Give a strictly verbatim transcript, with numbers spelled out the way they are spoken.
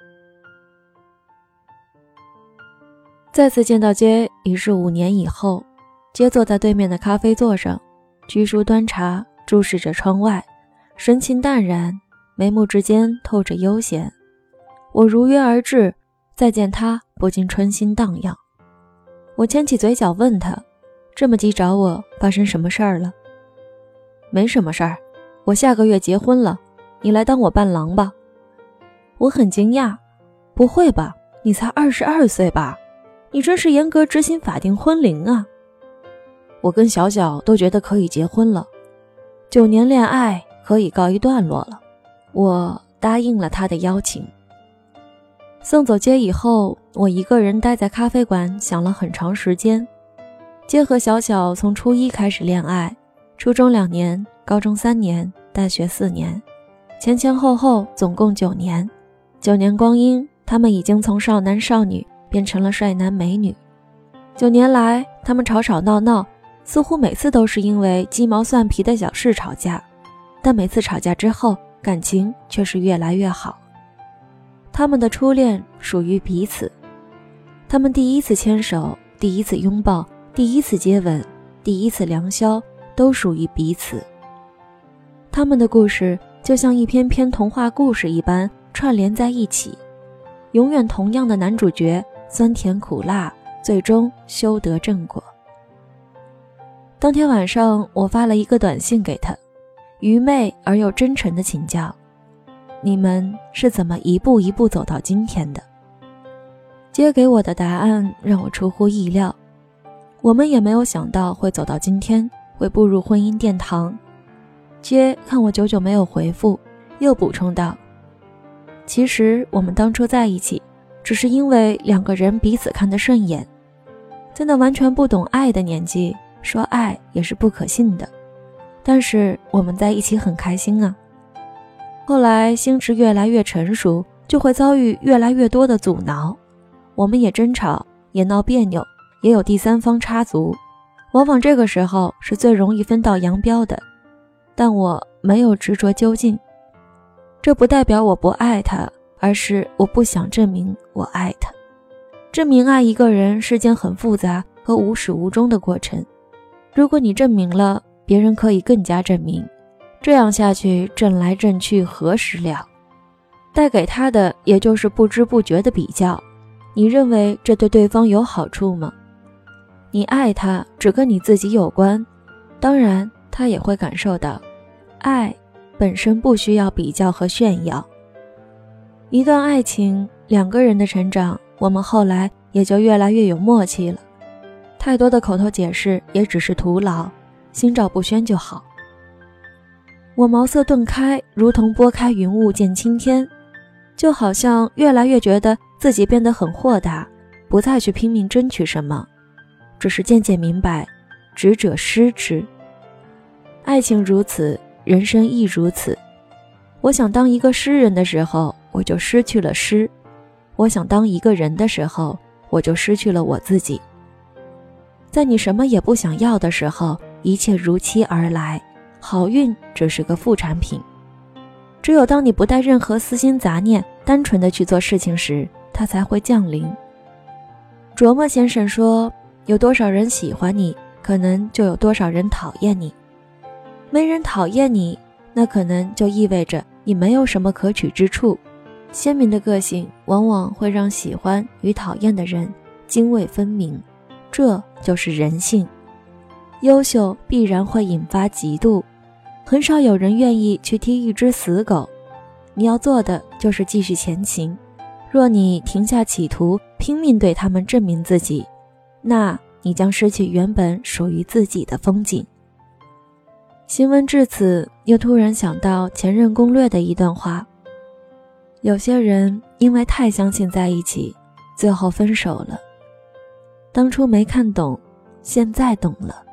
再次见到街已是五年以后，街坐在对面的咖啡座上，居书端茶，注视着窗外，神情淡然，眉目之间透着悠闲。我如约而至，再见他不禁春心荡漾。我牵起嘴角问他，这么急找我，发生什么事儿了？没什么事儿，我下个月结婚了，你来当我伴郎吧。我很惊讶，不会吧，你才二十二岁吧？你真是严格执行法定婚龄啊。我跟小小都觉得可以结婚了，九年恋爱可以告一段落了。我答应了他的邀请。送走街以后，我一个人待在咖啡馆想了很长时间。街和小小从初一开始恋爱，初中两年，高中三年，大学四年，前前后后总共九年。九年光阴，他们已经从少男少女变成了帅男美女。九年来，他们吵吵闹闹，似乎每次都是因为鸡毛蒜皮的小事吵架，但每次吵架之后，感情却是越来越好。他们的初恋属于彼此，他们第一次牵手，第一次拥抱，第一次接吻，第一次良宵，都属于彼此。他们的故事就像一篇篇童话故事一般串联在一起，永远同样的男主角，酸甜苦辣，最终修得正果。当天晚上，我发了一个短信给他，愚昧而又真诚地请教，你们是怎么一步一步走到今天的？接给我的答案让我出乎意料，我们也没有想到会走到今天，会步入婚姻殿堂。接看我久久没有回复，又补充道，其实我们当初在一起，只是因为两个人彼此看得顺眼。在那完全不懂爱的年纪，说爱也是不可信的。但是我们在一起很开心啊。后来心智越来越成熟，就会遭遇越来越多的阻挠。我们也争吵，也闹别扭，也有第三方插足。往往这个时候是最容易分道扬镳的。但我没有执着究竟。这不代表我不爱他，而是我不想证明我爱他。证明爱一个人是件很复杂和无始无终的过程。如果你证明了，别人可以更加证明，这样下去证来证去何时了？带给他的也就是不知不觉的比较。你认为这对对方有好处吗？你爱他只跟你自己有关，当然他也会感受到，爱本身不需要比较和炫耀。一段爱情，两个人的成长，我们后来也就越来越有默契了。太多的口头解释也只是徒劳，心照不宣就好。我茅塞顿开，如同拨开云雾见青天，就好像越来越觉得自己变得很豁达，不再去拼命争取什么，只是渐渐明白，执者失之。爱情如此，人生亦如此。我想当一个诗人的时候，我就失去了诗；我想当一个人的时候，我就失去了我自己。在你什么也不想要的时候，一切如期而来，好运只是个副产品。只有当你不带任何私心杂念，单纯的去做事情时，它才会降临。琢磨先生说，有多少人喜欢你，可能就有多少人讨厌你。没人讨厌你，那可能就意味着你没有什么可取之处。鲜明的个性往往会让喜欢与讨厌的人泾渭分明，这就是人性。优秀必然会引发嫉妒，很少有人愿意去踢一只死狗。你要做的就是继续前行。若你停下企图，拼命对他们证明自己，那你将失去原本属于自己的风景。行文至此，又突然想到前任攻略的一段话，有些人因为太相信在一起，最后分手了。当初没看懂，现在懂了。